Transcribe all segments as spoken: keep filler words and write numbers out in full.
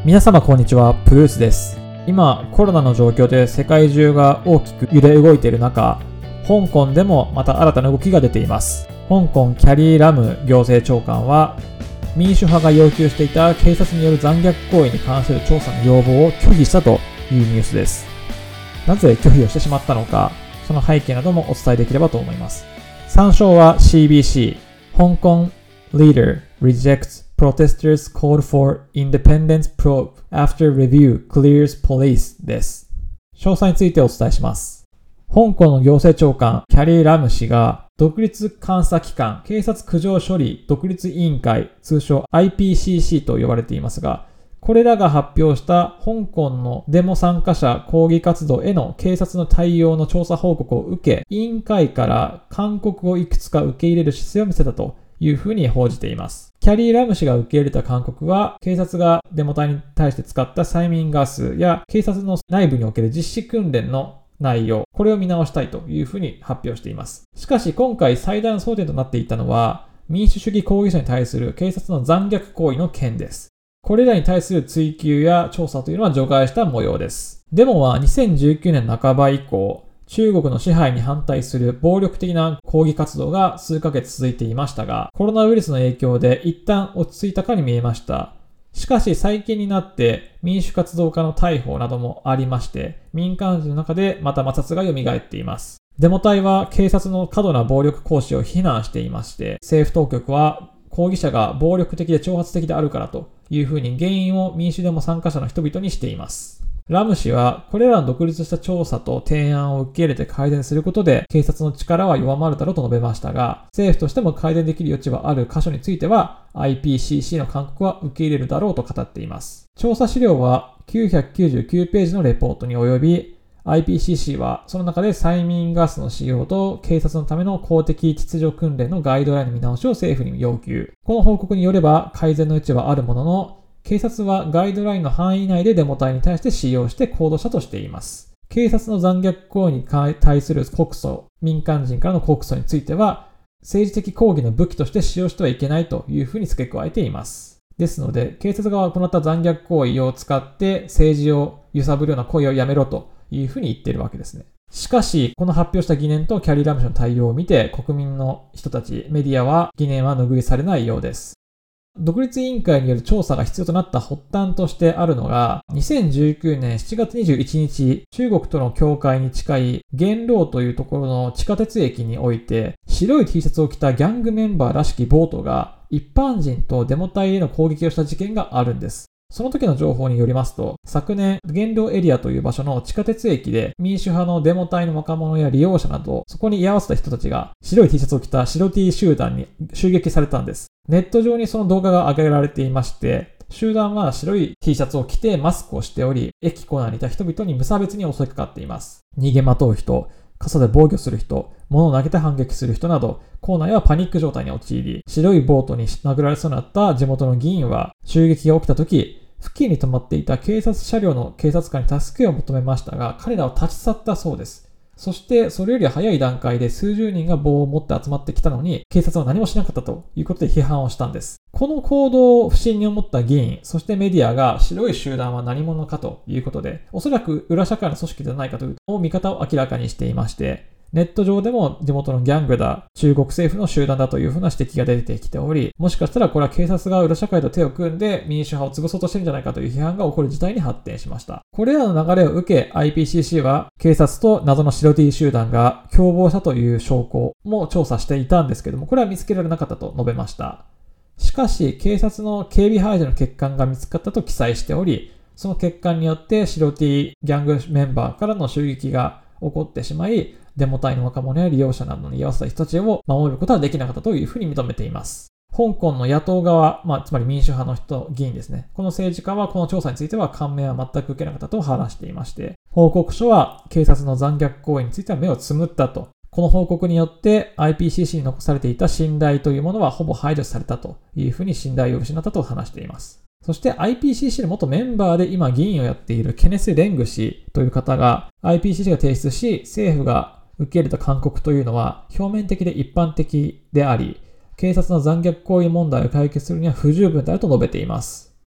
皆様こんにちは、プルースです。今、コロナの状況で世界中が大きく揺れ動いている中、香港でもまた新たな動きが出ています。香港キャリー・ラム行政長官は、民主派が要求していた警察による残虐行為に関する調査の要望を拒否したというニュースです。なぜ拒否をしてしまったのか、その背景などもお伝えできればと思います。参照は シービーシー、香港 Leader rejects protesters called for independent probe after review clears police です。詳細についてお伝えします。香港の行政長官キャリー・ラム氏が独立監査機関警察苦情処理独立委員会通称 アイピーシーシー と呼ばれていますが、これらが発表した香港のデモ参加者抗議活動への警察の対応の調査報告を受け、委員会から勧告をいくつか受け入れる姿勢を見せたというふうに報じています。キャリー・ラム氏が受け入れた勧告は、警察がデモ隊に対して使った催眠ガスや警察の内部における実施訓練の内容、これを見直したいというふうに発表しています。しかし今回最大の争点となっていたのは、民主主義抗議者に対する警察の残虐行為の件です。これらに対する追及や調査というのは除外した模様です。デモはにせんじゅうきゅうねん半ば以降、中国の支配に反対する暴力的な抗議活動が数ヶ月続いていましたが、コロナウイルスの影響で一旦落ち着いたかに見えました。しかし最近になって民主活動家の逮捕などもありまして、民間人の中でまた摩擦が蘇っています。デモ隊は警察の過度な暴力行使を非難していまして、政府当局は抗議者が暴力的で挑発的であるからというふうに原因を民主デモ参加者の人々にしています。ラム氏はこれらの独立した調査と提案を受け入れて改善することで警察の力は弱まるだろうと述べましたが、政府としても改善できる余地はある箇所については アイピーシーシー の勧告は受け入れるだろうと語っています。調査資料はきゅうひゃくきゅうじゅうきゅうページのレポートに及び、アイピーシーシー はその中で催眠ガスの使用と警察のための公的秩序訓練のガイドラインの見直しを政府に要求。この報告によれば改善の余地はあるものの、警察はガイドラインの範囲内でデモ隊に対して使用して行動したとしています。警察の残虐行為に対する告訴、民間人からの告訴については、政治的抗議の武器として使用してはいけないというふうに付け加えています。ですので、警察側が行った残虐行為を使って政治を揺さぶるような行為をやめろというふうに言っているわけですね。しかし、この発表した疑念とキャリー・ラム氏の対応を見て、国民の人たち、メディアは疑念は拭いされないようです。独立委員会による調査が必要となった発端としてあるのが、にせんじゅうきゅうねんしちがつにじゅういちにち、中国との境界に近い元朗というところの地下鉄駅において、白い T シャツを着たギャングメンバーらしき暴徒が一般人とデモ隊への攻撃をした事件があるんです。その時の情報によりますと、昨年、元朗エリアという場所の地下鉄駅で民主派のデモ隊の若者や利用者など、そこに居合わせた人たちが白い T シャツを着た白 T 集団に襲撃されたんです。ネット上にその動画が上げられていまして、集団は白い T シャツを着てマスクをしており、駅構内にいた人々に無差別に襲いかかっています。逃げまとう人、傘で防御する人、物を投げて反撃する人など、構内はパニック状態に陥り、白いボートに殴られそうになった地元の議員は、襲撃が起きた時、付近に止まっていた警察車両の警察官に助けを求めましたが、彼らは立ち去ったそうです。そして、それより早い段階で数十人が棒を持って集まってきたのに、警察は何もしなかったということで批判をしたんです。この行動を不審に思った議員、そしてメディアが白い集団は何者かということで、おそらく裏社会の組織ではないかという見方を明らかにしていまして、ネット上でも地元のギャングだ、中国政府の集団だというふうな指摘が出てきており、もしかしたらこれは警察が裏社会と手を組んで民主派を潰そうとしてるんじゃないかという批判が起こる事態に発展しました。これらの流れを受け アイピーシーシー は警察と謎の白 T 集団が共謀したという証拠も調査していたんですけども、これは見つけられなかったと述べました。しかし警察の警備排除の欠陥が見つかったと記載しており、その欠陥によって白 T ギャングメンバーからの襲撃が起こってしまい、デモ隊の若者や利用者などに居合わせた人たちを守ることはできなかったというふうに認めています。香港の野党側、まあ、つまり民主派の人、議員ですね。この政治家はこの調査については感銘は全く受けなかったと話していまして、報告書は警察の残虐行為については目をつむったと。この報告によって アイピーシーシー に残されていた信頼というものはほぼ排除されたというふうに信頼を失ったと話しています。そして アイピーシーシー の元メンバーで今議員をやっているケネス・レング氏という方が アイピーシーシー が提出し、政府が受け入れた勧告というのは表面的で一般的であり、警察の残虐行為問題を解決するには不十分であると述べています。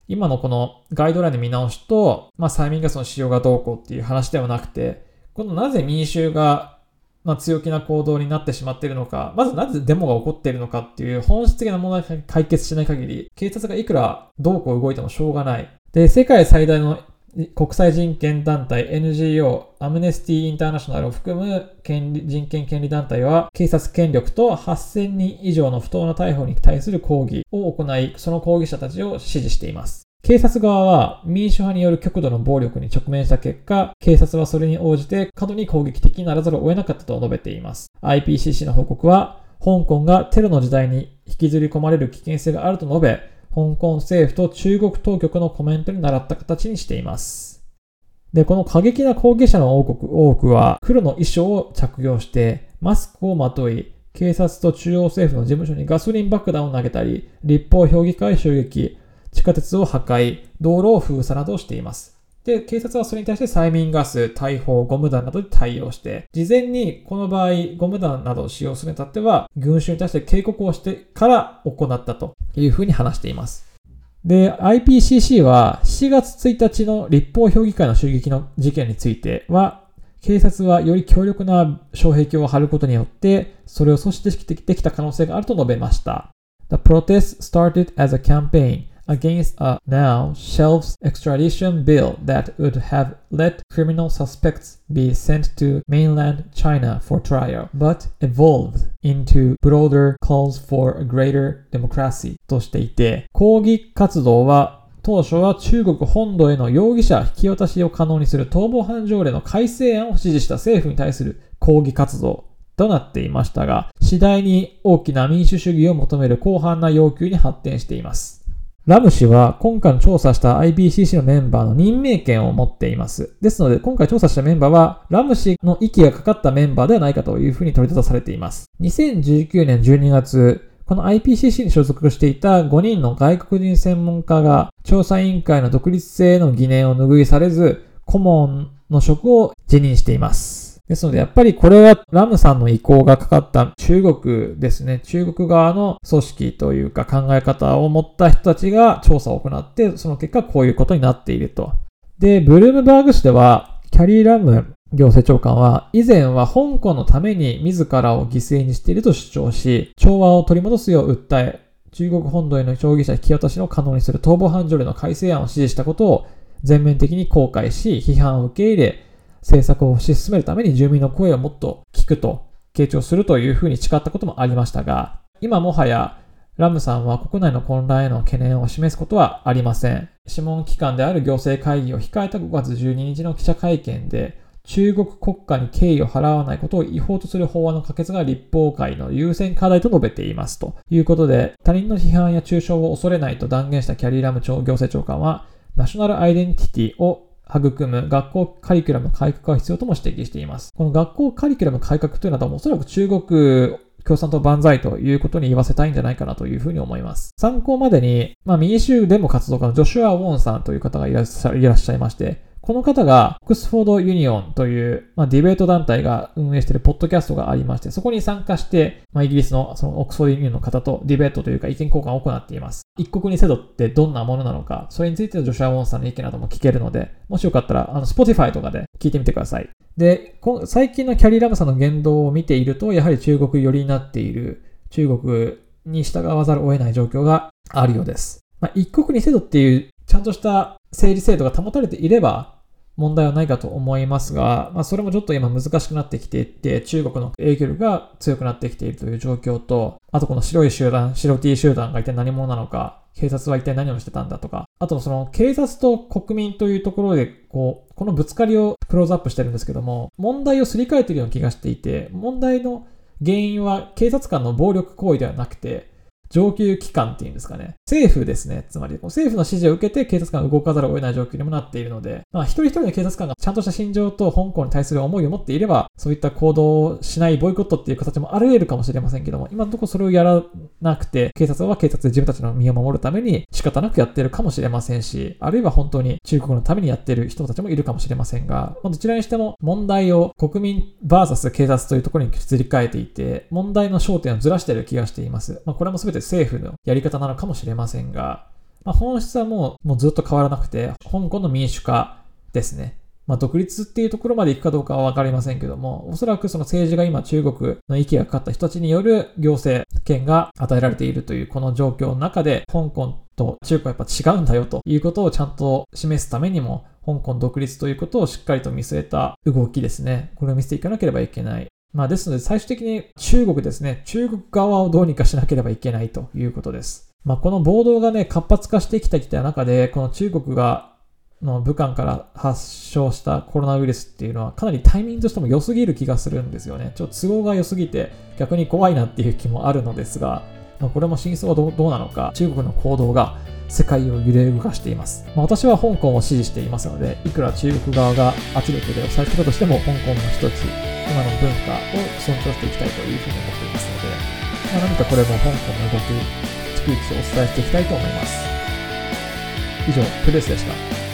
今のこのガイドラインの見直しと、まあ、催眠ガスの使用がどうこうっていう話ではなくて、このなぜ民衆が、まあ、強気な行動になってしまっているのか、まずなぜデモが起こっているのかっていう本質的な問題が解決しない限り、警察がいくらどうこう動いてもしょうがない。で、世界最大の国際人権団体 エヌジーオー、アムネスティ・インターナショナルを含む権利人権権利団体は、警察権力とはっせんにん以上の不当な逮捕に対する抗議を行い、その抗議者たちを支持しています。警察側は民主派による極度の暴力に直面した結果、警察はそれに応じて過度に攻撃的にならざるを得なかったと述べています。アイピーシーシー の報告は、香港がテロの時代に引きずり込まれる危険性があると述べ、香港政府と中国当局のコメントに倣った形にしています。で、この過激な抗議者の多くは黒の衣装を着用してマスクをまとい、警察と中央政府の事務所にガソリン爆弾を投げたり、立法評議会襲撃、地下鉄を破壊、道路を封鎖などをしています。で、警察はそれに対して催眠ガス、大砲、ゴム弾などで対応して、事前にこの場合、ゴム弾などを使用するにあたっては、群衆に対して警告をしてから行ったというふうに話しています。で、アイピーシーシー はしちがつついたちの立法評議会の襲撃の事件については、警察はより強力な障壁を張ることによって、それを阻止できた可能性があると述べました。The protest started as a campaign against a now shelved extradition bill that would have let criminal suspects be sent to mainland China for trial, but evolved into broader calls for a greater democracy としていて、抗議活動は当初は中国本土への容疑者引き渡しを可能にする逃亡犯条例の改正案を支持した政府に対する抗議活動となっていましたが、次第に大きな民主主義を求める広範な要求に発展しています。ラム氏は今回の調査した アイピーシーシー のメンバーの任命権を持っています。ですので今回調査したメンバーはラム氏の息がかかったメンバーではないかというふうに取り沙汰されています。にせんじゅうきゅうねんじゅうにがつ、この アイピーシーシー に所属していたごにんの外国人専門家が調査委員会の独立性への疑念を拭いされず、顧問の職を辞任しています。ですので、やっぱりこれはラムさんの意向がかかった中国ですね。中国側の組織というか考え方を持った人たちが調査を行って、その結果こういうことになっていると。で、ブルームバーグ紙では、キャリー・ラム行政長官は、以前は香港のために自らを犠牲にしていると主張し、調和を取り戻すよう訴え、中国本土への容疑者引き渡しを可能にする逃亡犯条例の改正案を支持したことを全面的に後悔し、批判を受け入れ、政策を推し進めるために住民の声をもっと聞くと強調するというふうに誓ったこともありましたが、今もはやラムさんは国内の混乱への懸念を示すことはありません。諮問機関である行政会議を控えたごがつじゅうににちの記者会見で、中国国家に敬意を払わないことを違法とする法案の可決が立法会の優先課題と述べていますということで、他人の批判や中傷を恐れないと断言したキャリー・ラム行政長官は、ナショナルアイデンティティを育む学校カリキュラムの改革が必要とも指摘しています。この学校カリキュラム改革というのはおそらく中国共産党万歳ということに言わせたいんじゃないかなというふうに思います。参考までに、まあ、民主デモ活動家のジョシュア・ウォンさんという方がいらっしゃいまして、この方がオックスフォードユニオンという、まあ、ディベート団体が運営しているポッドキャストがありまして、そこに参加して、まあ、イギリスのそのオックスフォードユニオンの方とディベートというか意見交換を行っています。一国二制度ってどんなものなのか、それについてのジョシュア・ウォンさんの意見なども聞けるので、もしよかったら、あの、Spotify とかで聞いてみてください。で、最近のキャリー・ラムさんの言動を見ていると、やはり中国寄りになっている、中国に従わざるを得ない状況があるようです。まあ、一国二制度っていうちゃんとした政治制度が保たれていれば、問題はないかと思いますが、まあ、それもちょっと今難しくなってきていて、中国の影響力が強くなってきているという状況と、あとこの白い集団、白 T 集団が一体何者なのか、警察は一体何をしてたんだとか、あとその警察と国民というところで、こう、このぶつかりをクローズアップしてるんですけども、問題をすり替えているような気がしていて、問題の原因は警察官の暴力行為ではなくて、上級機関っていうんですかね。政府ですね。つまり、政府の指示を受けて警察官が動かざるを得ない状況にもなっているので、まあ、一人一人の警察官がちゃんとした心情と香港に対する思いを持っていれば、そういった行動をしないボイコットっていう形もあり得るかもしれませんけども、今のところそれをやらなくて、警察は警察で自分たちの身を守るために仕方なくやっているかもしれませんし、あるいは本当に中国のためにやっている人たちもいるかもしれませんが、まあ、どちらにしても問題を国民 ブイエス 警察というところにすり替えていて、問題の焦点をずらしている気がしています。まあ、これも全て政府のやり方なのかもしれませんが、 まあ、本質はもう、もうずっと変わらなくて、香港の民主化ですね。まあ、独立っていうところまで行くかどうかはわかりませんけども、おそらくその政治が今中国の息がかかった人たちによる行政権が与えられているというこの状況の中で、香港と中国はやっぱ違うんだよということをちゃんと示すためにも、香港独立ということをしっかりと見据えた動きですね。これを見せていかなければいけない。まあですので最終的に中国ですね、中国側をどうにかしなければいけないということです。まあこの暴動がね、活発化してきてきた中で、この中国がの武漢から発症したコロナウイルスっていうのはかなりタイミングとしても良すぎる気がするんですよね。ちょっと都合が良すぎて逆に怖いなっていう気もあるのですが、まあ、これも真相はどう、どうなのか、中国の行動が世界を揺れ動かしています。まあ、私は香港を支持していますので、いくら中国側が圧力で押さえていたとしても、香港の一つ、今の文化を尊重していきたいというふうに思っていますので、まあ、何かこれも香港の動き、逐一お伝えしていきたいと思います。以上、プレスでした。